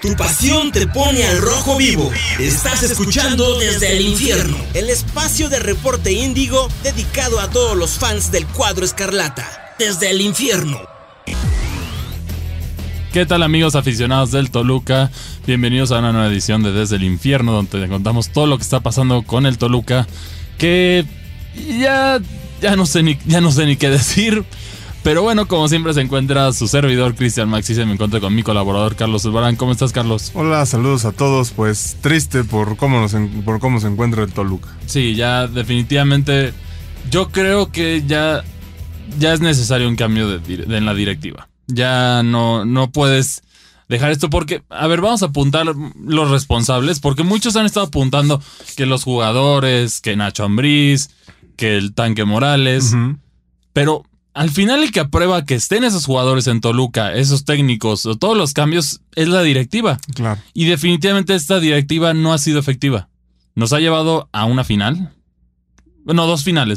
Tu pasión te pone al rojo vivo. Estás escuchando Desde el Infierno, el espacio de Reporte Índigo dedicado a todos los fans del cuadro escarlata. Desde el Infierno. ¿Qué tal, amigos aficionados del Toluca? Bienvenidos a una nueva edición de Desde el Infierno, donde te contamos todo lo que está pasando con el Toluca, que ya no sé ni qué decir. Pero bueno, como siempre se encuentra su servidor Cristian Maxi, se me encuentra con mi colaborador Carlos Albarán. ¿Cómo estás, Carlos? Hola, saludos a todos. Pues triste por cómo se encuentra el Toluca. Sí, ya definitivamente yo creo que ya es necesario un cambio en la directiva. Ya no puedes dejar esto porque, a ver, vamos a apuntar los responsables, porque muchos han estado apuntando que los jugadores, que Nacho Ambriz, que el Tanque Morales, pero al final el que aprueba que estén esos jugadores en Toluca, esos técnicos o todos los cambios es la directiva. Claro. Y definitivamente esta directiva no ha sido efectiva. Nos ha llevado a una final. Bueno, dos finales.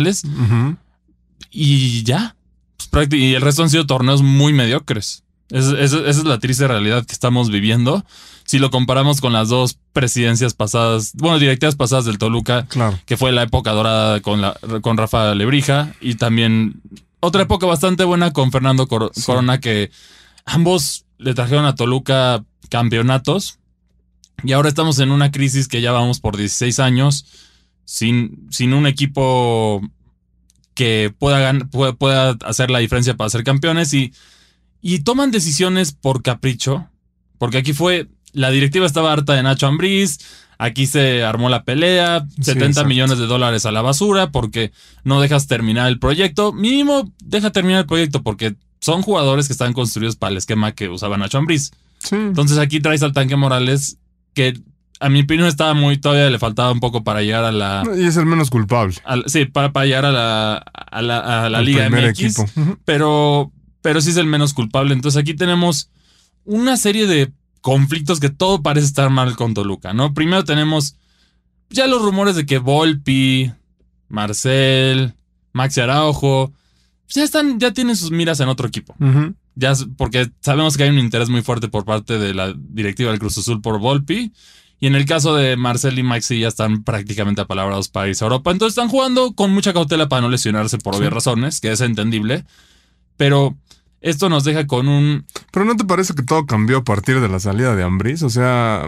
Y ya. Y el resto han sido torneos muy mediocres. Esa es la triste realidad que estamos viviendo. Si lo comparamos con las dos presidencias pasadas, bueno, directivas pasadas del Toluca, claro, que fue la época dorada con Rafa Lebrija, y también otra época bastante buena con Fernando Corona, que ambos le trajeron a Toluca campeonatos. Y ahora estamos en una crisis que ya vamos por 16 años sin un equipo que pueda hacer la diferencia para ser campeones, y toman decisiones por capricho, porque aquí la directiva estaba harta de Nacho Ambriz, aquí se armó la pelea, sí, 70 millones de dólares a la basura porque no dejas terminar el proyecto. Mínimo deja terminar el proyecto porque son jugadores que están construidos para el esquema que usaba Nacho Ambriz. Sí. Entonces aquí traes al Tanque Morales, que a mi opinión estaba todavía le faltaba un poco para llegar a la... Y es el menos culpable. Sí, para llegar a la Liga MX. Equipo. Pero sí es el menos culpable. Entonces aquí tenemos una serie de conflictos que todo parece estar mal con Toluca, ¿no? Primero tenemos ya los rumores de que Volpi, Marcel, Maxi Araujo ya tienen sus miras en otro equipo. Ya, porque sabemos que hay un interés muy fuerte por parte de la directiva del Cruz Azul por Volpi. Y en el caso de Marcel y Maxi ya están prácticamente apalabrados para irse a Europa. Entonces están jugando con mucha cautela para no lesionarse por obvias razones, que es entendible. Pero esto nos deja con un... ¿Pero no te parece que todo cambió a partir de la salida de Ambriz? O sea,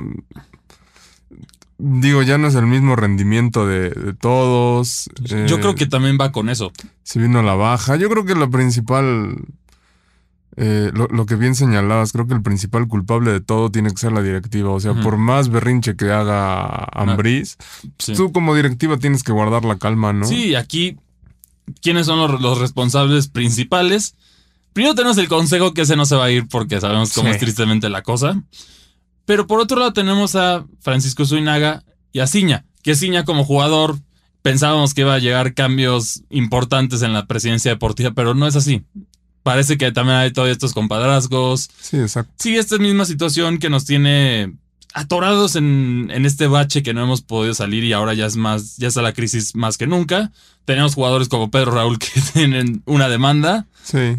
digo, ya no es el mismo rendimiento de todos. Yo creo que también va con eso. Se vino a la baja. Yo creo que la principal... lo que bien señalabas, creo que el principal culpable de todo tiene que ser la directiva. O sea, por más berrinche que haga Ambriz, sí, tú como directiva tienes que guardar la calma, ¿no? Sí, aquí, ¿quiénes son los responsables principales? Primero tenemos el consejo, que ese no se va a ir porque sabemos cómo es tristemente la cosa. Pero por otro lado tenemos a Francisco Zuinaga y a Ciña, que Ciña como jugador pensábamos que iba a llegar cambios importantes en la presidencia deportiva, pero no es así. Parece que también hay todavía estos compadrazgos. Sí, exacto. Sí, esta misma situación que nos tiene atorados en este bache que no hemos podido salir, y ahora ya está la crisis más que nunca. Tenemos jugadores como Pedro Raúl que tienen una demanda. Sí.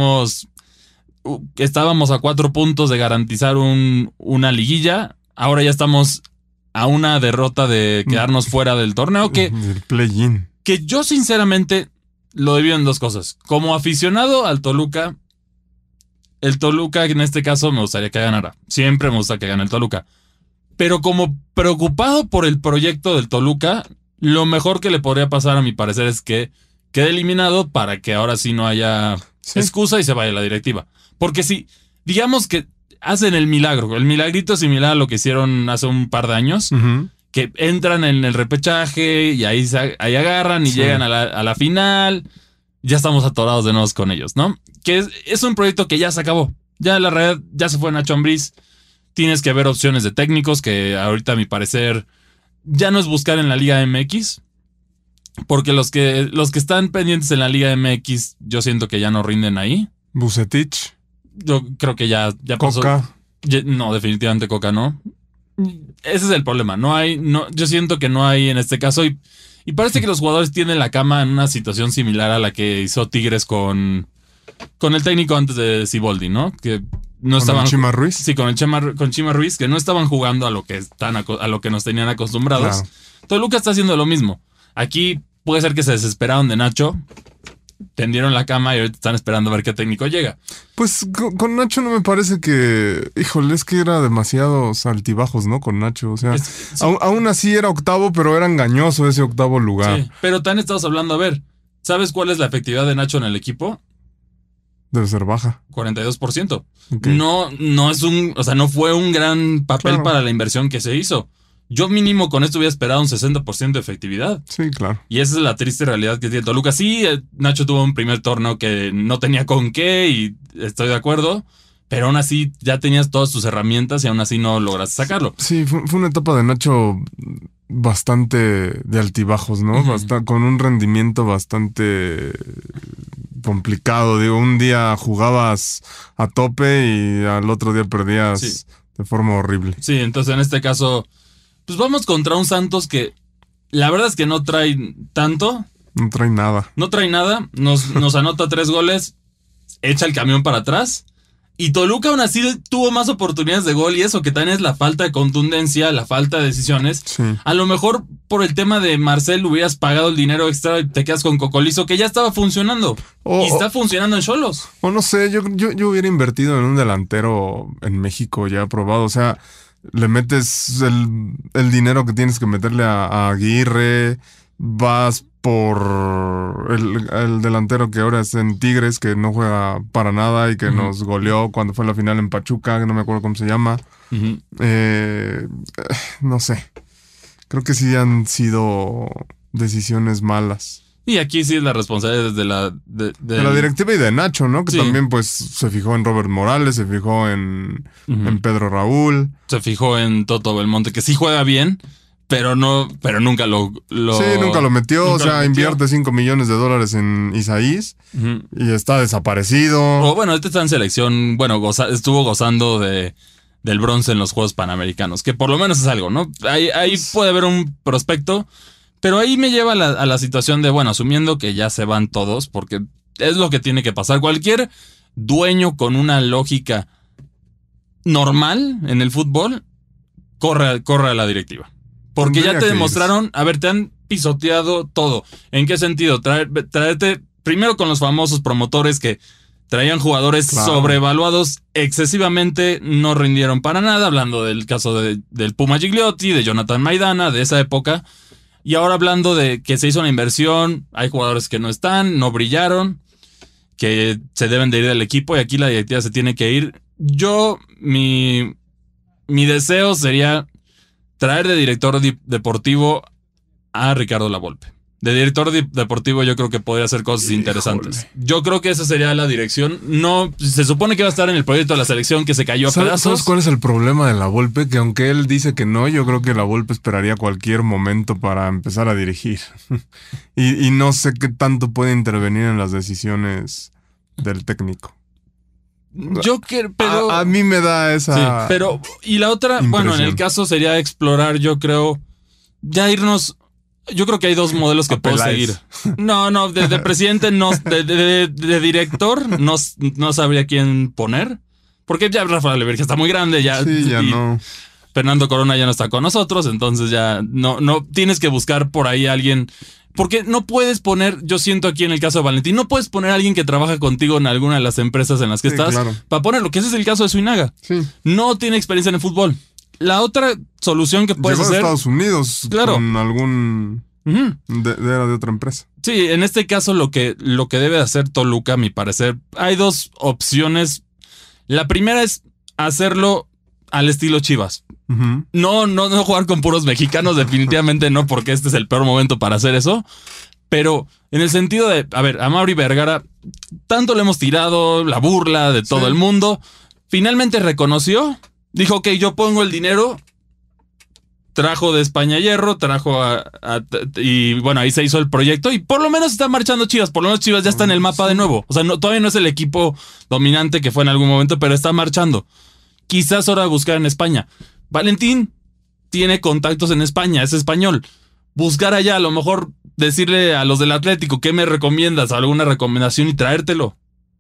Estábamos a 4 puntos de garantizar una liguilla. Ahora ya estamos a una derrota de quedarnos fuera del torneo. El play-in. Que yo sinceramente lo divido en dos cosas. Como aficionado al Toluca, el Toluca en este caso me gustaría que ganara. Siempre me gusta que gane el Toluca. Pero como preocupado por el proyecto del Toluca, lo mejor que le podría pasar, a mi parecer, es que quede eliminado para que ahora sí no haya excusa y se vaya la directiva. Porque si, digamos que hacen el milagrito similar a lo que hicieron hace un par de años, que entran en el repechaje y ahí agarran y llegan a la final, ya estamos atorados de nuevo con ellos, ¿no? Que es un proyecto que ya se acabó. Ya la realidad, ya se fue Nacho Ambriz. Tienes que ver opciones de técnicos, que ahorita a mi parecer ya no es buscar en la Liga MX, porque los que están pendientes en la Liga MX, yo siento que ya no rinden ahí. Bucetich. Yo creo que ya pasó. Coca. No, definitivamente Coca no. Ese es el problema. Yo siento que no hay en este caso, y parece que los jugadores tienen la cama en una situación similar a la que hizo Tigres con el técnico antes de Siboldi, ¿no? Que no estaban. ¿Con Chima Ruiz? Sí, con Chima Ruiz, que no estaban jugando a lo que nos tenían acostumbrados. Claro. Toluca está haciendo lo mismo. Aquí puede ser que se desesperaron de Nacho, tendieron la cama y ahorita están esperando a ver qué técnico llega. Pues con Nacho no me parece que... Híjole, es que era demasiados altibajos, ¿no? Con Nacho, o sea... Sí. Aún así era octavo, pero era engañoso ese octavo lugar. Sí, pero también estamos hablando, a ver, ¿sabes cuál es la efectividad de Nacho en el equipo? Debe ser baja. 42%. Okay. No es no fue un gran papel Claro. para la inversión que se hizo. Yo mínimo con esto hubiera esperado un 60% de efectividad. Sí, claro. Y esa es la triste realidad que tiene Toluca. Sí, Nacho tuvo un primer torneo que no tenía con qué y estoy de acuerdo, pero aún así ya tenías todas tus herramientas y aún así no lograste sacarlo. Sí, fue una etapa de Nacho bastante de altibajos, ¿no? Ujú. Con un rendimiento bastante complicado. Digo, un día jugabas a tope y al otro día perdías Sí. de forma horrible. Sí, entonces en este caso, pues vamos contra un Santos que la verdad es que no trae tanto, No trae nada. no trae nada, nos anota 3 goles, echa el camión para atrás. Y Toluca aún así tuvo más oportunidades de gol y eso que también es la falta de contundencia, la falta de decisiones. Sí. A lo mejor por el tema de Marcel hubieras pagado el dinero extra y te quedas con Cocolizo, que ya estaba funcionando. O- y está funcionando en Xolos. O no sé, yo hubiera invertido en un delantero en México ya probado. O sea, le metes el dinero que tienes que meterle a Aguirre, vas por el delantero que ahora es en Tigres, que no juega para nada y que nos goleó cuando fue la final en Pachuca, que no me acuerdo cómo se llama. Ujú. No sé. Creo que sí han sido decisiones malas. Y aquí sí es la responsabilidad desde De la directiva y de Nacho, ¿no? Que Sí. también pues se fijó en Robert Morales, se fijó en Pedro Raúl. Se fijó en Toto Belmonte, que sí juega bien, pero nunca lo Sí, nunca lo metió. nunca O sea, lo metió. invierte $5 millones en Isaís Ujú. y está desaparecido. O bueno, este está en selección, bueno, estuvo gozando del bronce en los Juegos Panamericanos, que por lo menos es algo, ¿no? Ahí puede haber un prospecto, pero ahí me lleva a la situación de, bueno, asumiendo que ya se van todos, porque es lo que tiene que pasar. Cualquier dueño con una lógica normal en el fútbol, corre a la directiva. Porque ya Tendría te que demostraron, a ver, te han pisoteado todo. ¿En qué sentido? Traerte primero con los famosos promotores que traían jugadores Claro. sobrevaluados excesivamente, no rindieron para nada, hablando del caso del Puma Gigliotti, de Jonathan Maidana, de esa época. Y ahora hablando de que se hizo una inversión, hay jugadores que no están, no brillaron, que se deben de ir del equipo y aquí la directiva se tiene que ir. Mi deseo sería traer de director deportivo a Ricardo Lavolpe. De director deportivo yo creo que podría hacer cosas interesantes. Yo creo que esa sería la dirección. No, se supone que va a estar en el proyecto de la selección que se cayó a ¿Sabes pedazos. cuál es el problema de la Volpe? Que aunque él dice que no, yo creo que la Volpe esperaría cualquier momento para empezar a dirigir. y no sé qué tanto puede intervenir en las decisiones del técnico. Yo quiero, pero... A mí me da esa... Sí, pero... Y la otra, bueno, en el caso sería explorar, yo creo, ya irnos... Yo creo que hay dos modelos que puedo seguir. No, de presidente, no, de director, no sabría quién poner. Porque ya Rafael Leverge está muy grande, ya. Sí, ya no. Fernando Corona ya no está con nosotros, entonces ya no tienes que buscar por ahí a alguien. Porque no puedes poner, yo siento aquí en el caso de Valentín, no puedes poner a alguien que trabaja contigo en alguna de las empresas en las que Sí, estás claro. para ponerlo, que ese es el caso de Suinaga. Sí. No tiene experiencia en el fútbol. La otra solución que puedes Llegó a hacer. Estados Unidos Claro. con algún... Ujú. Era de otra empresa. Sí, en este caso lo que debe hacer Toluca, a mi parecer, hay dos opciones. La primera es hacerlo al estilo Chivas. Ujú. No jugar con puros mexicanos, definitivamente no, porque este es el peor momento para hacer eso. Pero en el sentido de, a ver, a Mauri Vergara, tanto le hemos tirado la burla de todo Sí. el mundo. Finalmente reconoció, dijo, ok, yo pongo el dinero. Trajo de España Hierro, y bueno, ahí se hizo el proyecto y por lo menos está marchando Chivas, por lo menos Chivas ya está en el mapa de nuevo. O sea, todavía no es el equipo dominante que fue en algún momento, pero está marchando. Quizás hora de buscar en España. Valentín tiene contactos en España, es español. Buscar allá, a lo mejor decirle a los del Atlético, ¿qué me recomiendas? Alguna recomendación y traértelo.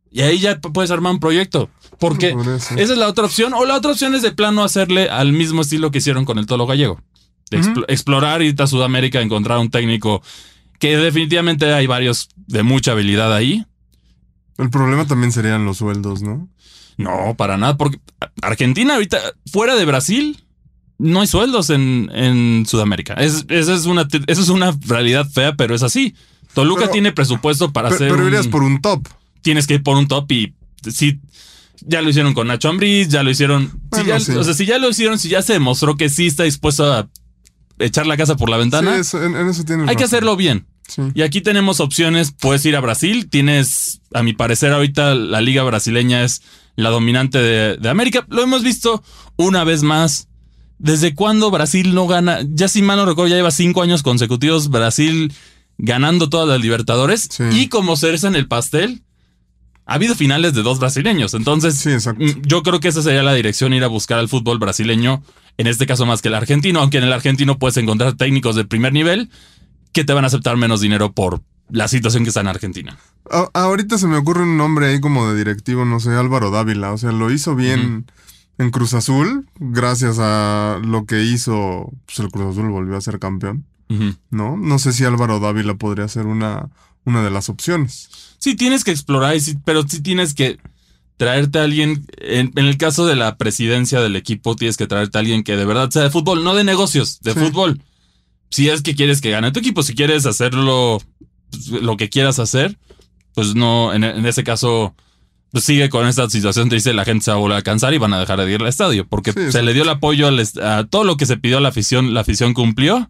Y ahí ya puedes armar un proyecto. Porque esa es la otra opción. O la otra opción es de plano hacerle al mismo estilo que hicieron con el Tolo Gallego. Explorar, irte a Sudamérica, encontrar un técnico que definitivamente hay varios de mucha habilidad ahí. El problema también serían los sueldos, ¿no? No, para nada. Porque Argentina ahorita, fuera de Brasil, no hay sueldos en Sudamérica. Esa es una realidad fea, pero es así. Toluca tiene presupuesto para hacer. Pero irías por un top. Tienes que ir por un top y sí, ya lo hicieron con Nacho Ambriz, ya lo hicieron. Bueno, O sea, si ya lo hicieron, si ya se demostró que sí está dispuesto a echar la casa por la ventana. Sí, en eso tienes hay que hacerlo bien. Sí. Y aquí tenemos opciones. Puedes ir a Brasil. Tienes, a mi parecer, ahorita la liga brasileña es la dominante de América. Lo hemos visto una vez más. ¿Desde cuándo Brasil no gana? Ya si mal no recuerdo, ya lleva 5 años consecutivos Brasil ganando todas las Libertadores. Sí. Y como cereza en el pastel, ha habido finales de 2 brasileños. Entonces, sí, exacto. Yo creo que esa sería la dirección, ir a buscar al fútbol brasileño. En este caso más que el argentino. Aunque en el argentino puedes encontrar técnicos de primer nivel que te van a aceptar menos dinero por la situación que está en Argentina. Ahorita se me ocurre un nombre ahí como de directivo, no sé, Álvaro Dávila. O sea, lo hizo bien en Cruz Azul. Gracias a lo que hizo, pues el Cruz Azul volvió a ser campeón. ¿No? No sé si Álvaro Dávila podría ser una de las opciones. Sí, tienes que explorar, pero sí tienes que traerte a alguien. En el caso de la presidencia del equipo, tienes que traerte a alguien que de verdad sea de fútbol, no de negocios, de fútbol. Si es que quieres que gane tu equipo, si quieres hacerlo, pues, lo que quieras hacer, pues no, en ese caso, pues sigue con esta situación triste, la gente se va a volver a cansar y van a dejar de ir al estadio, porque se le dio el apoyo a todo lo que se pidió a la afición cumplió,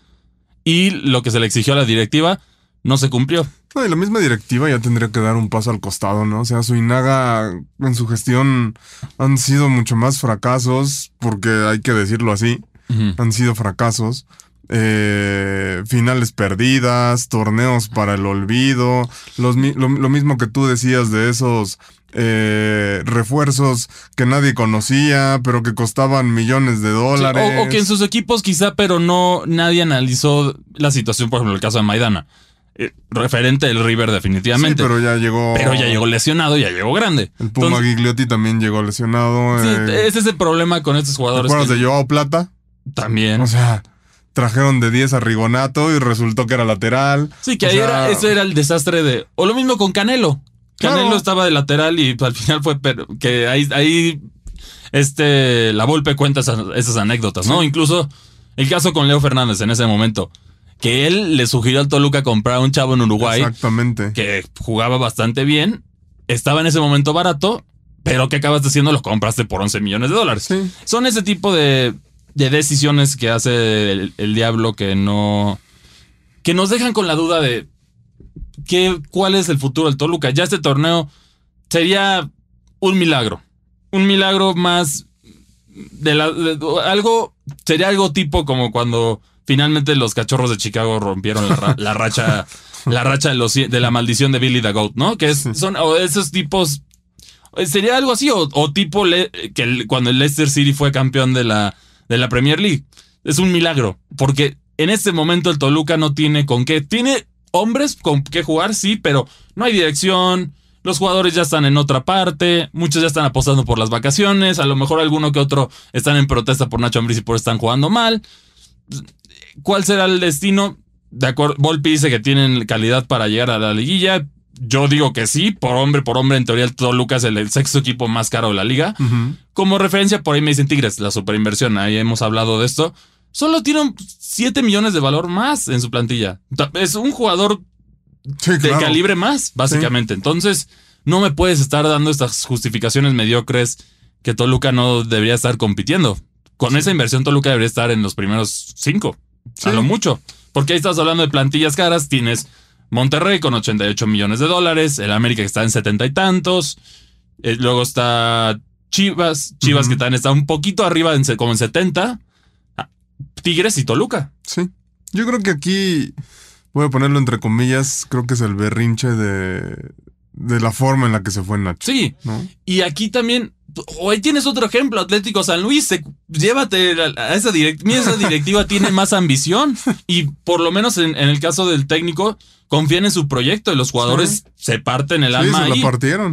y lo que se le exigió a la directiva no se cumplió. No, y la misma directiva ya tendría que dar un paso al costado, ¿no? O sea, Suinaga en su gestión han sido mucho más fracasos, porque hay que decirlo así, han sido fracasos. Finales perdidas, torneos para el olvido, lo mismo que tú decías de esos refuerzos que nadie conocía, pero que costaban millones de dólares. Sí, o que en sus equipos quizá, pero nadie analizó la situación, por ejemplo, el caso de Maidana. Referente del River definitivamente. Sí, pero ya llegó lesionado, ya llegó grande. El Puma Gigliotti también llegó lesionado. Sí, ese es el problema con estos jugadores. ¿Te acuerdas de Joao Plata? También. O sea, trajeron de 10 a Rigonato y resultó que era lateral. Sí, que eso era el desastre de... O lo mismo con Canelo. Canelo estaba de lateral y al final fue... que ahí la Volpe cuenta esas anécdotas, ¿no? Incluso el caso con Leo Fernández en ese momento. Que él le sugirió al Toluca comprar a un chavo en Uruguay. Exactamente. Que jugaba bastante bien. Estaba en ese momento barato. Pero ¿qué acabaste haciendo? Lo compraste por $11 millones. Sí. Son ese tipo de decisiones que hace el diablo que nos dejan con la duda de cuál es el futuro del Toluca. Ya este torneo sería un milagro más sería algo tipo como cuando finalmente los Cachorros de Chicago rompieron la racha de la maldición de Billy the Goat, ¿no? Que son esos tipos. Sería algo así o tipo cuando el Leicester City fue campeón de la Premier League. Es un milagro, porque en este momento el Toluca no tiene con qué. Tiene hombres con qué jugar, sí, pero no hay dirección. Los jugadores ya están en otra parte. Muchos ya están apostando por las vacaciones. A lo mejor alguno que otro están en protesta por Nacho Ambriz y por están jugando mal. ¿Cuál será el destino? De acuerdo, Volpi dice que tienen calidad para llegar a la liguilla. Yo digo que sí, por hombre, en teoría el Toluca es el sexto equipo más caro de la liga. Como referencia, por ahí me dicen Tigres, la superinversión, ahí hemos hablado de esto. Solo tiene 7 millones de valor más en su plantilla. Es un jugador de calibre más, básicamente. Sí. Entonces, no me puedes estar dando estas justificaciones mediocres que Toluca no debería estar compitiendo. Con esa inversión, Toluca debería estar en los primeros 5, a lo mucho. Porque ahí estás hablando de plantillas caras, tienes Monterrey con $88 millones, el América que está en 70 y tantos, luego está Chivas que también está un poquito arriba, como en 70, Tigres y Toluca. Sí, yo creo que aquí, voy a ponerlo entre comillas, creo que es el berrinche de la forma en la que se fue Nacho. Sí, ¿no? Y aquí también, ahí tienes otro ejemplo, Atlético San Luis, llévate a esa directiva. Esa directiva tiene más ambición y por lo menos en el caso del técnico confían en su proyecto y los jugadores se parten el alma se ahí. la partieron.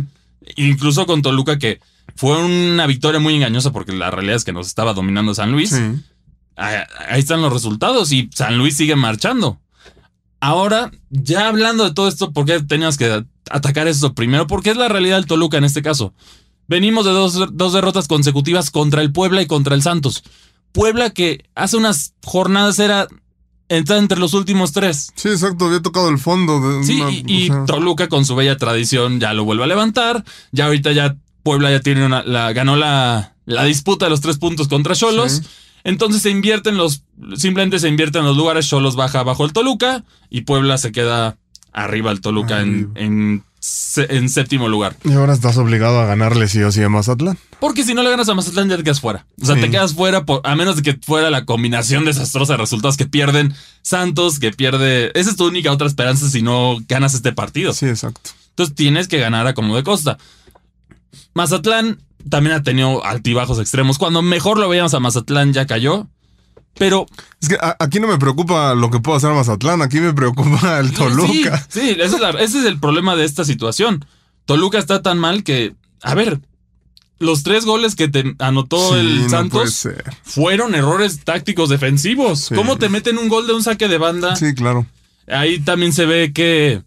Incluso con Toluca, que fue una victoria muy engañosa porque la realidad es que nos estaba dominando San Luis. Sí. Ahí están los resultados y San Luis sigue marchando. Ahora, ya hablando de todo esto, ¿por qué tenías que atacar esto primero? Porque es la realidad del Toluca en este caso. Venimos de dos derrotas consecutivas contra el Puebla y contra el Santos. Puebla que hace unas jornadas está entre los últimos 3. Sí, exacto, había tocado el fondo. Y Toluca con su bella tradición ya lo vuelve a levantar. Ya ahorita ya Puebla ya tiene ganó la disputa de los 3 puntos contra Xolos. Sí. Entonces simplemente se invierten los lugares. Xolos baja abajo el Toluca y Puebla se queda arriba el Toluca en séptimo lugar. Y ahora estás obligado a ganarle sí o sí a Mazatlán. Porque si no le ganas a Mazatlán ya te quedas fuera. O sea, te quedas fuera a menos de que fuera la combinación desastrosa de resultados que pierden Santos, que pierde... Esa es tu única otra esperanza si no ganas este partido. Sí, exacto. Entonces tienes que ganar a como de costa. Mazatlán también ha tenido altibajos extremos. Cuando mejor lo veíamos a Mazatlán ya cayó. Pero... Es que aquí no me preocupa lo que pueda hacer Mazatlán. Aquí me preocupa el Toluca. Sí, ese es el problema de esta situación. Toluca está tan mal que... A ver, los 3 goles que te anotó el Santos fueron errores tácticos defensivos. Sí. ¿Cómo te meten un gol de un saque de banda? Sí, claro. Ahí también se ve que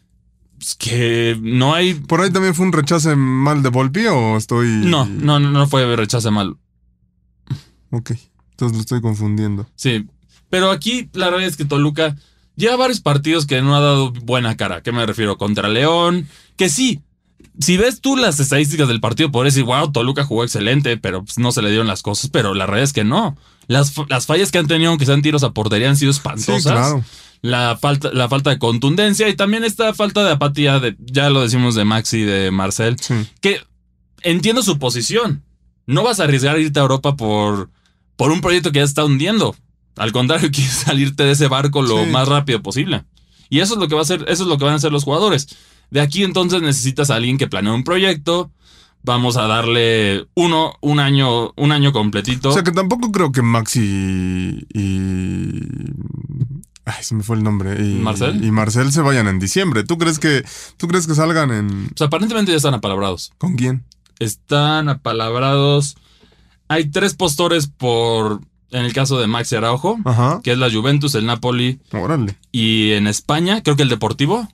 no hay... ¿Por ahí también fue un rechace mal de Volpi o estoy...? No fue rechace mal. Ok, entonces lo estoy confundiendo. Sí, pero aquí la realidad es que Toluca lleva varios partidos que no ha dado buena cara. ¿Qué me refiero? Contra León, que sí. Si ves tú las estadísticas del partido, podrías decir, wow, Toluca jugó excelente, pero pues no se le dieron las cosas. Pero la realidad es que no. Las fallas que han tenido, aunque sean tiros a portería, han sido espantosas. Sí, claro. La falta de contundencia y también esta falta de apatía, ya lo decimos de Maxi y de Marcel, sí. Que entiendo su posición. No vas a arriesgar a irte a Europa por un proyecto que ya está hundiendo. Al contrario, quieres salirte de ese barco lo más rápido posible. Y eso es lo que van a hacer los jugadores. De aquí entonces necesitas a alguien que planee un proyecto. Vamos a darle un año completito. O sea que tampoco creo que Maxi y ay, se me fue el nombre. ¿Marcel? Y Marcel se vayan en diciembre. ¿Tú crees que salgan en...? Pues aparentemente ya están apalabrados. ¿Con quién? Están apalabrados. Hay 3 postores en el caso de Maxi Araujo. Ajá. Que es la Juventus, el Napoli. Órale. Y en España, creo que el Deportivo.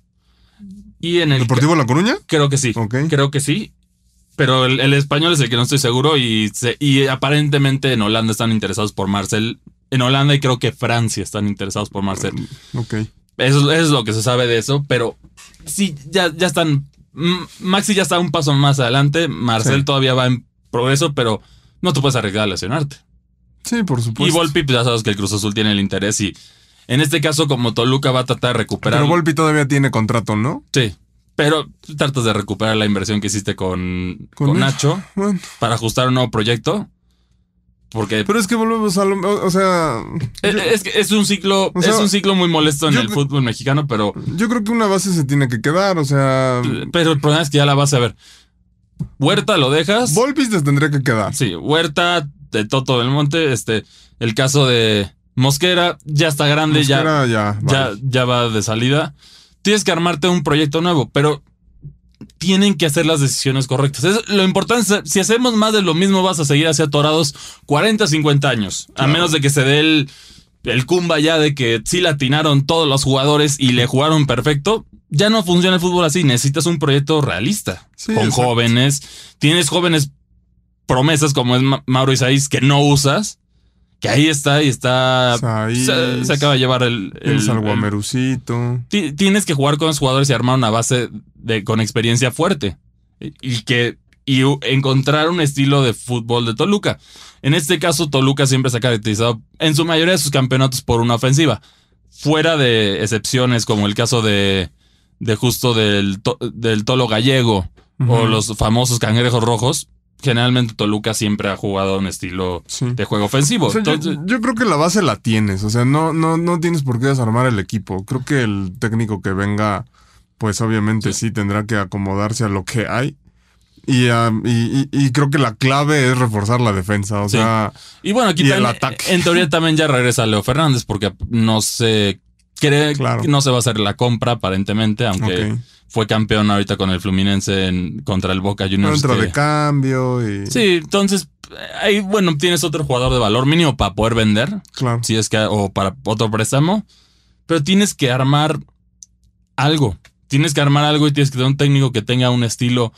Y en el ¿Deportivo La Coruña? Creo que sí. Okay. Creo que sí. Pero el español es el que no estoy seguro. Y aparentemente en Holanda están interesados por Marcel. En Holanda y creo que Francia están interesados por Marcel. Ok. Eso es lo que se sabe de eso. Pero sí, ya están... Maxi ya está un paso más adelante. Marcel todavía va en progreso, pero no te puedes arriesgar a lesionarte. Sí, por supuesto. Y Volpi, pues ya sabes que el Cruz Azul tiene el interés y en este caso como Toluca va a tratar de recuperar... Pero Volpi todavía tiene contrato, ¿no? Sí, pero tratas de recuperar la inversión que hiciste con Nacho para ajustar un nuevo proyecto. Porque... Pero es que volvemos a o sea... Es un ciclo, es un ciclo muy molesto en el fútbol mexicano, pero... Yo creo que una base se tiene que quedar, o sea... Pero el problema es que ya la base, a ver... Huerta lo dejas... Volpi se tendría que quedar. Sí, Huerta, de Toto del Monte, el caso de Mosquera, ya está grande, Mosquera, ya va de salida. Tienes que armarte un proyecto nuevo, pero... Tienen que hacer las decisiones correctas. Lo importante es, si hacemos más de lo mismo, vas a seguir así atorados 40, 50 años. Claro. A menos de que se dé el cumba ya de que sí latinaron todos los jugadores y le jugaron perfecto. Ya no funciona el fútbol así. Necesitas un proyecto realista. Sí, con exacto. Jóvenes. Tienes jóvenes promesas como es Mauro Isaías que no usas. Que ahí está y está... Se acaba de llevar el Salguamerucito. Tienes que jugar con los jugadores y armar una base con experiencia fuerte. Y encontrar un estilo de fútbol de Toluca. En este caso, Toluca siempre se ha caracterizado en su mayoría de sus campeonatos por una ofensiva. Fuera de excepciones como el caso de justo del Tolo Gallego o los famosos cangrejos rojos. Generalmente Toluca siempre ha jugado un estilo de juego ofensivo. O sea, entonces, yo creo que la base la tienes. O sea, no tienes por qué desarmar el equipo. Creo que el técnico que venga, pues obviamente sí tendrá que acomodarse a lo que hay. Y creo que la clave es reforzar la defensa. O sea, y bueno, aquí el ataque. En teoría también ya regresa Leo Fernández porque no sé cree Claro. que no se va a hacer la compra aparentemente, aunque Ok. fue campeón ahorita con el Fluminense contra el Boca Juniors. Entra que- de cambio y... Sí, entonces ahí, bueno, tienes otro jugador de valor mínimo para poder vender, Claro. si es que, o para otro préstamo, pero tienes que armar algo. Tienes que armar algo y tienes que tener un técnico que tenga un estilo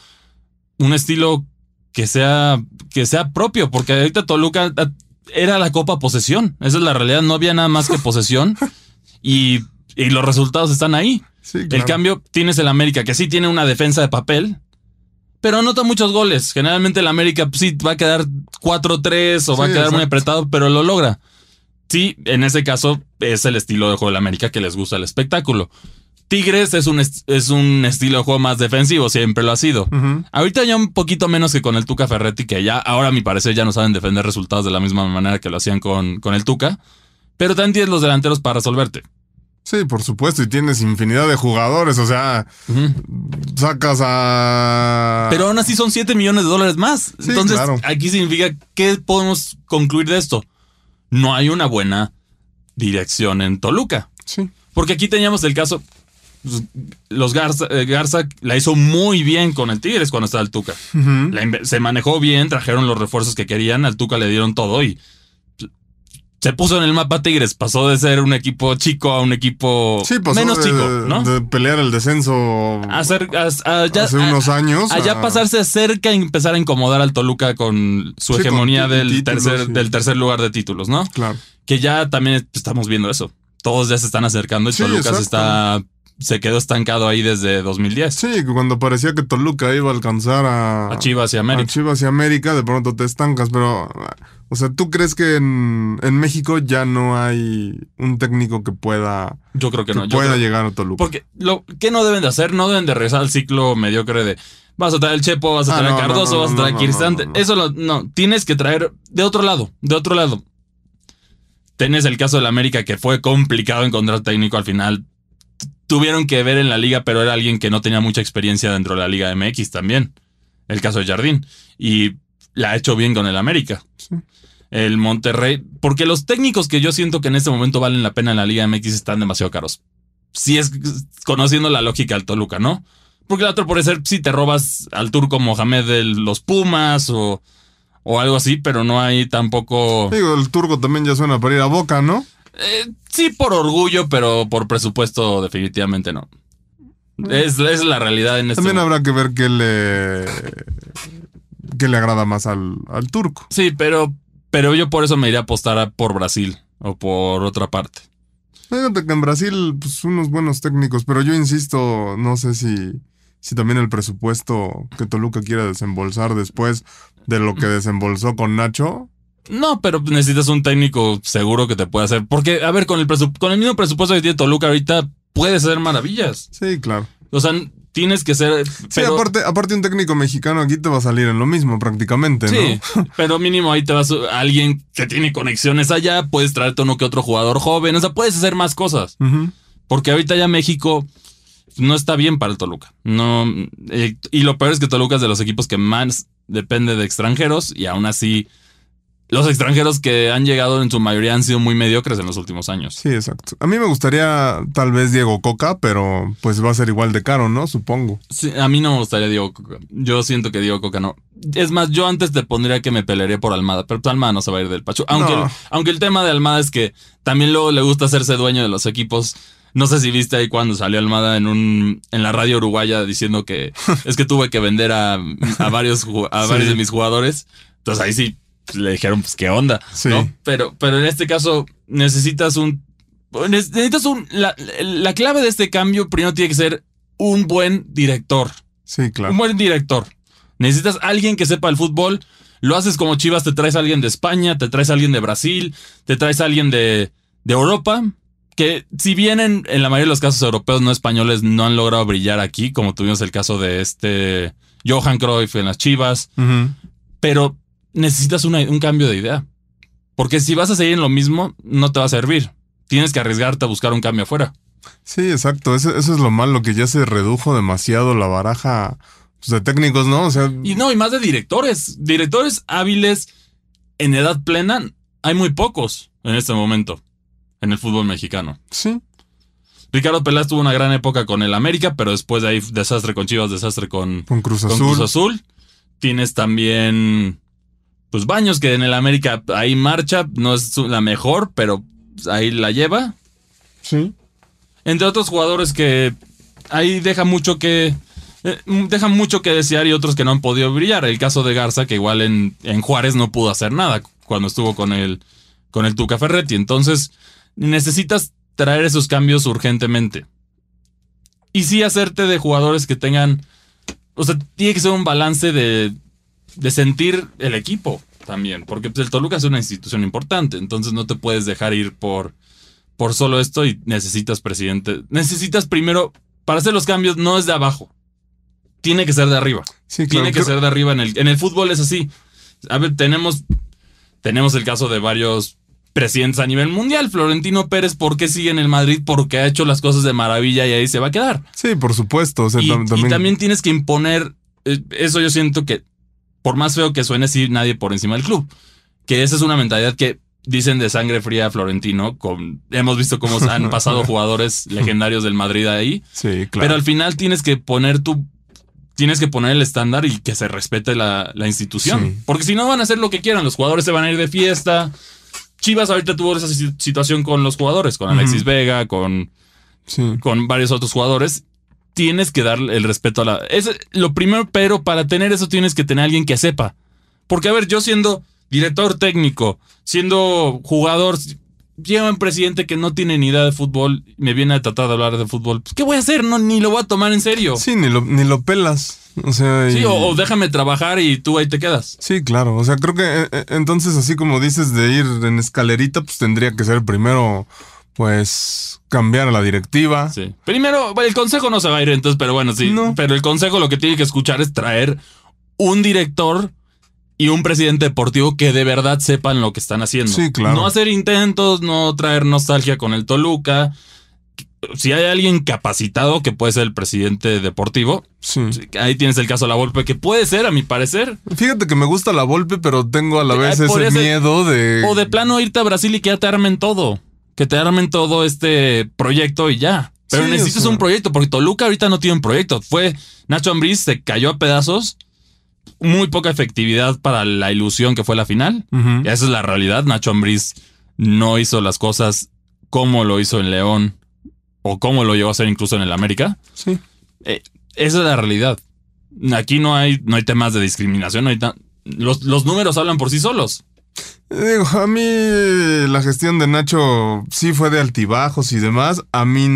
que sea propio, porque ahorita Toluca era la Copa Posesión. Esa es la realidad, no había nada más que posesión y los resultados están ahí. Sí, El claro. cambio, tienes el América, que sí tiene una defensa de papel, pero anota muchos goles. Generalmente el América pues, sí va a quedar 4-3 o va a Sí, quedar muy exacto. apretado, pero lo logra. Sí, en ese caso es el estilo de juego del América que les gusta el espectáculo. Tigres es un estilo de juego más defensivo, siempre lo ha sido. Ujú. Ahorita ya un poquito menos que con el Tuca Ferretti, que ya ahora a mi parecer ya no saben defender resultados de la misma manera que lo hacían con el Tuca, pero también tienes los delanteros para resolverte. Sí, por supuesto, y tienes infinidad de jugadores, o sea, sacas a... Pero aún así son 7 millones de dólares más. Sí, Entonces, claro. aquí significa, ¿qué podemos concluir de esto? No hay una buena dirección en Toluca. Sí, Porque aquí teníamos el caso, pues, los Garza la hizo muy bien con el Tigres cuando estaba el Tuca. Ujú. Se manejó bien, trajeron los refuerzos que querían, al Tuca le dieron todo y se puso en el mapa Tigres. Pasó de ser un equipo chico a un equipo Sí, pasó menos de, chico, ¿no? de pelear el descenso hace unos años. Allá pasarse cerca y empezar a incomodar al Toluca con su Sí, hegemonía con del títulos, sí. tercer lugar de títulos, ¿no? Claro. Que ya también estamos viendo eso. Todos ya se están acercando y Sí, Toluca exacto. se quedó estancado ahí desde 2010. Sí, que cuando parecía que Toluca iba a alcanzar A Chivas y América. a Chivas y América, de pronto te estancas, pero... O sea, ¿tú crees que en México ya no hay un técnico que pueda, Yo creo que no. Yo pueda creo- llegar a Toluca? Porque lo que no deben de hacer, no deben de regresar al ciclo mediocre de vas a traer el Chepo, vas a traer a no, Cardoso, no, vas a no, traer a no, Cristante. no, no. Eso no, tienes que traer de otro lado. Tenés el caso del América que fue complicado encontrar técnico al final. Tuvieron que ver en la liga, pero era alguien que no tenía mucha experiencia dentro de la Liga MX también. El caso de Jardín. Y la ha hecho bien con el América. Sí. El Monterrey, porque los técnicos que yo siento que en este momento valen la pena en la Liga MX están demasiado caros. Si es conociendo la lógica del Toluca, ¿no? Porque el otro puede ser si te robas al turco Mohamed de los Pumas o algo así, pero no hay tampoco... Digo, el turco también ya suena para ir a Boca, ¿no? Sí, por orgullo, pero por presupuesto definitivamente no. Es la realidad en este También momento. habrá que ver qué le agrada más al turco. Sí, pero yo por eso me iría a apostar por Brasil o por otra parte. Fíjate que en Brasil, pues unos buenos técnicos, pero yo insisto, no sé si también el presupuesto que Toluca quiera desembolsar después de lo que desembolsó con Nacho. No, pero necesitas un técnico seguro que te pueda hacer. Porque, a ver, con el mismo presupuesto que tiene Toluca ahorita, puedes hacer maravillas. Sí, claro. O sea, tienes que ser... Sí, pero, aparte un técnico mexicano aquí te va a salir en lo mismo prácticamente, sí, ¿no? pero mínimo ahí te vas a alguien que tiene conexiones allá, puedes traerte uno que otro jugador joven, o sea, puedes hacer más cosas. Ujú. Porque ahorita ya México no está bien para el Toluca. No, y lo peor es que Toluca es de los equipos que más depende de extranjeros y aún así los extranjeros que han llegado en su mayoría han sido muy mediocres en los últimos años. Sí, exacto. A mí me gustaría tal vez Diego Coca, pero pues va a ser igual de caro, ¿no? Supongo. Sí, a mí no me gustaría Diego Coca. Yo siento que Diego Coca no. Es más, yo antes te pondría que me pelearía por Almada, pero Almada no se va a ir del Pachuca. No. Aunque el tema de Almada es que también luego le gusta hacerse dueño de los equipos. No sé si viste ahí cuando salió Almada en la radio uruguaya diciendo que es que tuve que vender a varios varios de mis jugadores. Entonces ahí sí le dijeron, pues, ¿qué onda? Sí. ¿No? Pero en este caso necesitas la clave de este cambio primero tiene que ser un buen director. Sí, claro. Un buen director. Necesitas alguien que sepa el fútbol. Lo haces como Chivas, te traes a alguien de España, te traes a alguien de Brasil, te traes a alguien de Europa. Que si bien en la mayoría de los casos europeos no españoles no han logrado brillar aquí, como tuvimos el caso de Johan Cruyff en las Chivas, Ujú. pero necesitas un cambio de idea. Porque si vas a seguir en lo mismo, no te va a servir. Tienes que arriesgarte a buscar un cambio afuera. Sí, exacto. Eso es lo malo, que ya se redujo demasiado la baraja pues, de técnicos, ¿no? O sea, Y más de directores. Directores hábiles en edad plena, hay muy pocos en este momento en el fútbol mexicano. sí. Ricardo Peláez tuvo una gran época con el América, pero después de ahí desastre con Chivas, desastre con Cruz Cruz Azul. Tienes también pues Baños, que en el América ahí marcha, no es la mejor, pero ahí la lleva. Sí. Entre otros jugadores que ahí dejan mucho que desear y otros que no han podido brillar. El caso de Garza, que igual en Juárez no pudo hacer nada cuando estuvo con el Tuca Ferretti. Entonces necesitas traer esos cambios urgentemente. Y sí hacerte de jugadores que tengan... O sea, tiene que ser un balance de sentir el equipo también. Porque pues, el Toluca es una institución importante. Entonces no te puedes dejar ir por solo esto y necesitas presidente. Necesitas primero, para hacer los cambios, no es de abajo. Tiene que ser de arriba. Sí, claro. Tiene que ser de arriba. En el fútbol es así. A ver, tenemos el caso de varios presidentes a nivel mundial. Florentino Pérez, ¿por qué sigue en el Madrid? Porque ha hecho las cosas de maravilla y ahí se va a quedar. Sí, por supuesto. O sea, y también tienes que imponer, eso yo siento que, por más feo que suene, sí, nadie por encima del club. Que esa es una mentalidad que dicen de sangre fría Florentino. Hemos visto cómo han pasado jugadores legendarios del Madrid ahí. Sí, claro. Pero al final tienes que poner el estándar y que se respete la institución. Sí. Porque si no van a hacer lo que quieran, los jugadores se van a ir de fiesta. Chivas ahorita tuvo esa situación con los jugadores, con Alexis Vega, con varios otros jugadores. Tienes que dar el respeto a es lo primero, pero para tener eso tienes que tener a alguien que sepa. Porque, a ver, yo siendo director técnico, siendo jugador, llega un presidente que no tiene ni idea de fútbol, me viene a tratar de hablar de fútbol. Pues, ¿qué voy a hacer? No, ni lo voy a tomar en serio. Sí, ni lo pelas. O sea, sí, o déjame trabajar y tú ahí te quedas. Sí, claro. O sea, creo que entonces, así como dices de ir en escalerita, pues tendría que ser primero, pues, cambiar a la directiva. Sí. Primero, el consejo no se va a ir entonces, pero bueno, sí. No. Pero el consejo lo que tiene que escuchar es traer un director y un presidente deportivo que de verdad sepan lo que están haciendo. Sí, claro. No hacer intentos, no traer nostalgia con el Toluca. Si hay alguien capacitado, que puede ser el presidente deportivo, sí. Ahí tienes el caso de La Volpe, que puede ser, a mi parecer. Fíjate que me gusta La Volpe, pero tengo a la vez ese miedo de... O de plano irte a Brasil y que ya te armen todo. Que te armen todo este proyecto y ya. Pero sí, necesitas un proyecto, porque Toluca ahorita no tiene un proyecto. Nacho Ambriz se cayó a pedazos. Muy poca efectividad para la ilusión que fue la final. Y esa es la realidad. Nacho Ambriz no hizo las cosas como lo hizo en León. O cómo lo llegó a hacer incluso en el América. Sí. Esa es la realidad. Aquí no hay temas de discriminación. Los números hablan por sí solos. Digo, a mí la gestión de Nacho sí fue de altibajos y demás. A mí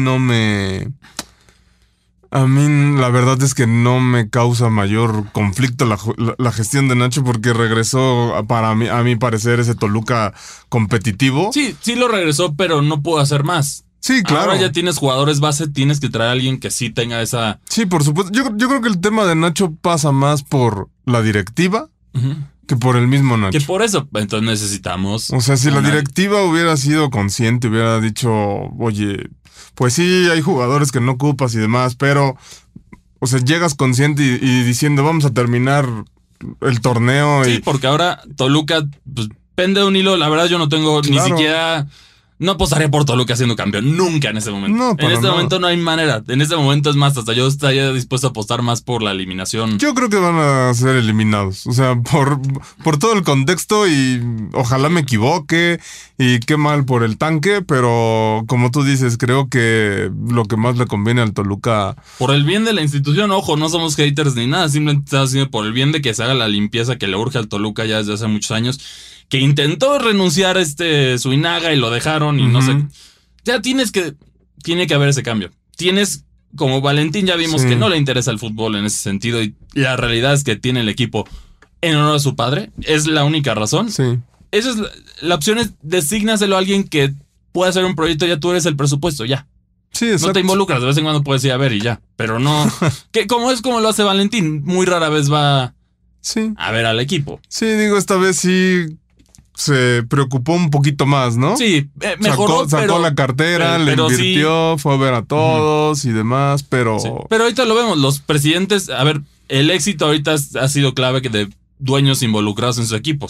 la verdad es que no me causa mayor conflicto la gestión de Nacho, porque regresó a mi parecer ese Toluca competitivo. Sí lo regresó, pero no pudo hacer más. Sí, claro. Ahora ya tienes jugadores base, tienes que traer a alguien que sí tenga esa... Sí, por supuesto. Yo creo que el tema de Nacho pasa más por la directiva que por el mismo Nacho. Que por eso, entonces necesitamos... O sea, si la directiva hubiera sido consciente, hubiera dicho, oye, pues sí, hay jugadores que no ocupas y demás, pero, o sea, llegas consciente y diciendo, vamos a terminar el torneo. Sí, porque ahora Toluca, pues, pende de un hilo. La verdad yo no tengo ni siquiera... No apostaría por Toluca siendo campeón. Nunca en ese momento. No, en este momento no hay manera. En este momento es más, hasta yo estaría dispuesto a apostar más por la eliminación. Yo creo que van a ser eliminados. O sea, por todo el contexto, y ojalá me equivoque y qué mal por el tanque, pero como tú dices, creo que lo que más le conviene al Toluca... Por el bien de la institución, ojo, no somos haters ni nada. Simplemente está haciendo por el bien de que se haga la limpieza que le urge al Toluca ya desde hace muchos años. Que intentó renunciar Suinaga y lo dejaron y no sé. Ya tiene que haber ese cambio. Como Valentín ya vimos que no le interesa el fútbol en ese sentido, y la realidad es que tiene el equipo en honor a su padre. Es la única razón. Sí. Esa es la opción, es desígnaselo a alguien que pueda hacer un proyecto, ya tú eres el presupuesto, ya. Sí, exacto. No te involucras, de vez en cuando puedes ir a ver y ya. Pero no... como lo hace Valentín, muy rara vez va a ver al equipo. Sí, digo, esta vez sí... se preocupó un poquito más, ¿no? Sí, mejoró, sacó la cartera, le invirtió, fue a ver a todos y demás, pero... Sí. Pero ahorita lo vemos, los presidentes, a ver, el éxito ahorita ha sido clave de dueños involucrados en sus equipos.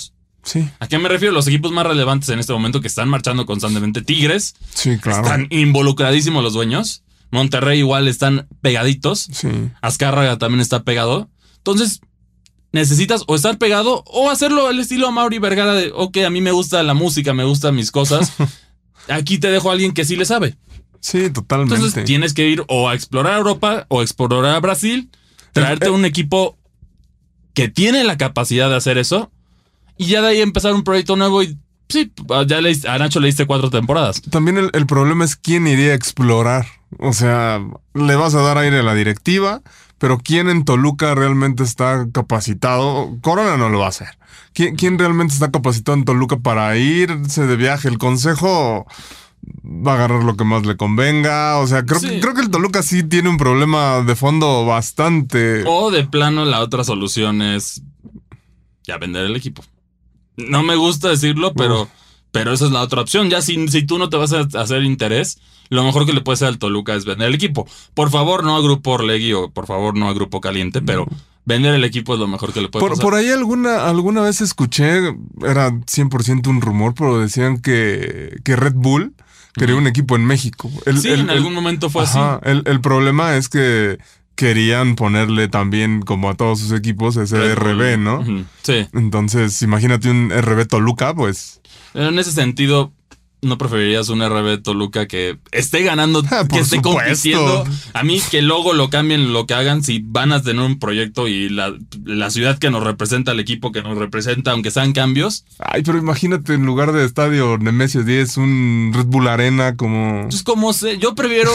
Sí. ¿A qué me refiero? Los equipos más relevantes en este momento que están marchando constantemente. Tigres. Sí, claro. Están involucradísimos los dueños. Monterrey igual están pegaditos. Sí. Azcárraga también está pegado. Entonces, necesitas o estar pegado o hacerlo al estilo Amaury Vergara de, ok, a mí me gusta la música, me gustan mis cosas. Aquí te dejo a alguien que sí le sabe. Sí, totalmente. Entonces tienes que ir o a explorar Europa o a explorar Brasil, traerte un equipo que tiene la capacidad de hacer eso y ya de ahí empezar un proyecto nuevo y sí, ya a Nacho le diste 4 temporadas. También el problema es quién iría a explorar. O sea, le vas a dar aire a la directiva, pero ¿quién en Toluca realmente está capacitado? Corona no lo va a hacer. ¿Quién realmente está capacitado en Toluca para irse de viaje? El consejo va a agarrar lo que más le convenga. O sea, creo que el Toluca sí tiene un problema de fondo bastante. O de plano la otra solución es ya vender el equipo. No me gusta decirlo, pero esa es la otra opción. Ya si tú no te vas a hacer interés, lo mejor que le puede hacer al Toluca es vender el equipo. Por favor, no a Grupo Orlegui o por favor no a Grupo Caliente, pero vender el equipo es lo mejor que le puede pasar. Por ahí alguna vez escuché, era 100% un rumor, pero decían que Red Bull quería un equipo en México. En algún momento fue así. El problema es que querían ponerle también, como a todos sus equipos, ese RB, ¿no? Sí. Entonces, imagínate un RB Toluca, pues. En ese sentido, ¿no preferirías un RB Toluca que esté ganando, que esté compitiendo? A mí que luego lo cambien, lo que hagan, si van a tener un proyecto y la ciudad que nos representa, el equipo que nos representa, aunque sean cambios. Ay, pero imagínate en lugar de estadio Nemesio 10, un Red Bull Arena como... Es como yo prefiero,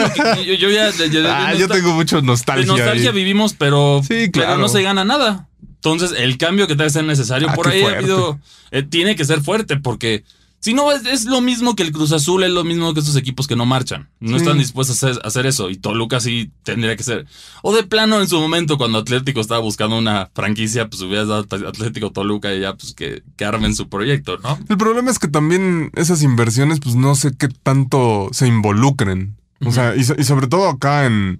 yo tengo mucho nostalgia. De nostalgia ahí vivimos, pero, sí, claro, pero no se gana nada. Entonces, el cambio que debe ser necesario, por ahí ha habido, tiene que ser fuerte, porque si no, es lo mismo que el Cruz Azul, es lo mismo que esos equipos que no marchan. No están dispuestos a hacer eso. Y Toluca sí tendría que ser. O de plano, en su momento, cuando Atlético estaba buscando una franquicia, pues hubieras dado Atlético Toluca y ya, pues que armen su proyecto, ¿no? El problema es que también esas inversiones, pues no sé qué tanto se involucren. O sea, y sobre todo acá en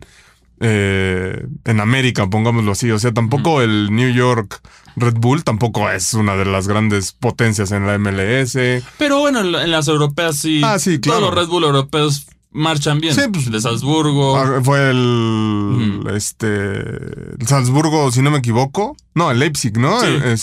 América, pongámoslo así. O sea, tampoco el New York Red Bull tampoco es una de las grandes potencias en la MLS. Pero bueno, en las europeas sí. Sí, claro. Todos los Red Bull europeos marchan bien. Sí, pues, de Salzburgo. Fue el Salzburgo, si no me equivoco. No, el Leipzig, ¿no?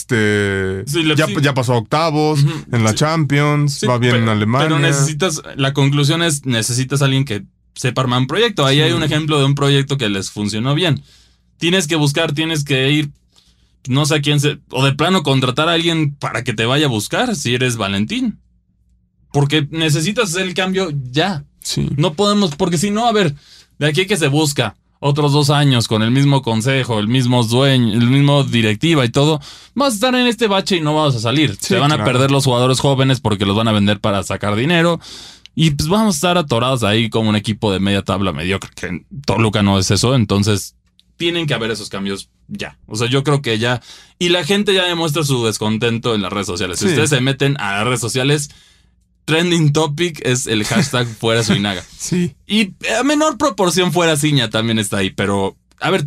Sí. Ya pasó a octavos en la Champions. Va bien en Alemania. Pero la conclusión es, necesitas a alguien que sepa armar un proyecto. Ahí hay un ejemplo de un proyecto que les funcionó bien. Tienes que buscar, tienes que ir, no sé a quién o de plano contratar a alguien para que te vaya a buscar si eres Valentín. Porque necesitas hacer el cambio ya. Sí. No podemos, porque si no, a ver, de aquí que se busca otros 2 años con el mismo consejo, el mismo dueño, el mismo directiva y todo, vas a estar en este bache y no vas a salir. Sí, se van a perder los jugadores jóvenes porque los van a vender para sacar dinero. Y pues vamos a estar atorados ahí como un equipo de media tabla mediocre, que en Toluca no es eso. Entonces tienen que haber esos cambios ya. O sea, yo creo que ya. Y la gente ya demuestra su descontento en las redes sociales. Si ustedes se meten a las redes sociales, trending topic es el hashtag fuera Suinaga. Sí. Y a menor proporción fuera Ciña también está ahí. Pero, a ver,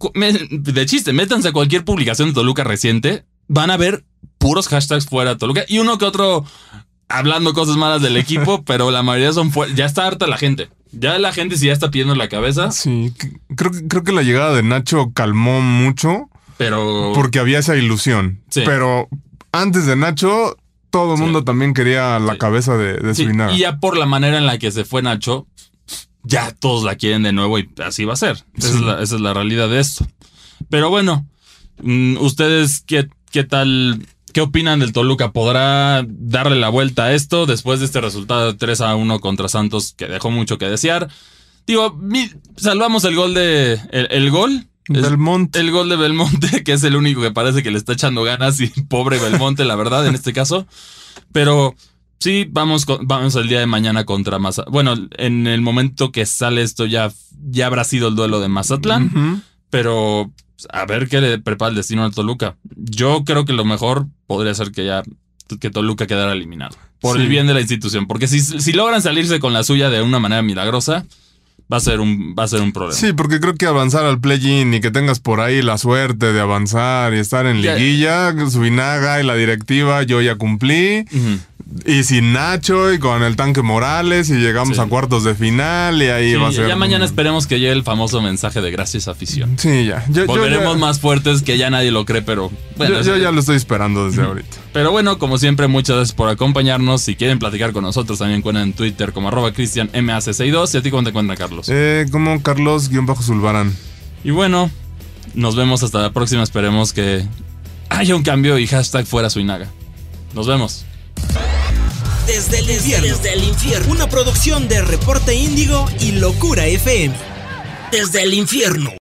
de chiste, métanse a cualquier publicación de Toluca reciente. Van a ver puros hashtags fuera Toluca. Y uno que otro hablando cosas malas del equipo, pero la mayoría son ya está harta la gente. Ya la gente sí ya está pidiendo la cabeza. Sí, creo que la llegada de Nacho calmó mucho. Pero porque había esa ilusión. Sí. Pero antes de Nacho, todo el mundo también quería la cabeza de Suinaga. Y ya por la manera en la que se fue Nacho, ya todos la quieren de nuevo y así va a ser. Esa es la realidad de esto. Pero bueno, ¿ustedes qué tal? ¿Qué opinan del Toluca? ¿Podrá darle la vuelta a esto después de este resultado de 3-1 contra Santos que dejó mucho que desear? Digo, salvamos el gol el gol. Belmonte. El gol de Belmonte, que es el único que parece que le está echando ganas y pobre Belmonte, la verdad, en este caso. Pero sí, vamos el día de mañana contra Mazatlán. Bueno, en el momento que sale esto ya habrá sido el duelo de Mazatlán. Pero a ver qué le prepara el destino al Toluca. Yo creo que lo mejor podría ser que Toluca quedara eliminado. Por el bien de la institución. Porque si logran salirse con la suya de una manera milagrosa, va a ser un problema. Sí, porque creo que avanzar al play-in y que tengas por ahí la suerte de avanzar y estar en liguilla, Suinaga y la directiva, yo ya cumplí. Y sin Nacho y con el Tanque Morales y llegamos a cuartos de final y ahí va a ser... Ya mañana esperemos que llegue el famoso mensaje de gracias afición. Sí, ya. Volveremos más fuertes, que ya nadie lo cree, pero... bueno, yo ya lo estoy esperando desde ahorita. Pero bueno, como siempre, muchas gracias por acompañarnos. Si quieren platicar con nosotros, también cuentan en Twitter como @CristianMAC62. ¿Y a ti cómo te encuentra, Carlos? Como Carlos-Zulbarán. Y bueno, nos vemos hasta la próxima. Esperemos que haya un cambio y hashtag fuera Suinaga. Nos vemos. Desde el infierno. Una producción de Reporte Índigo y Locura FM. Desde el infierno.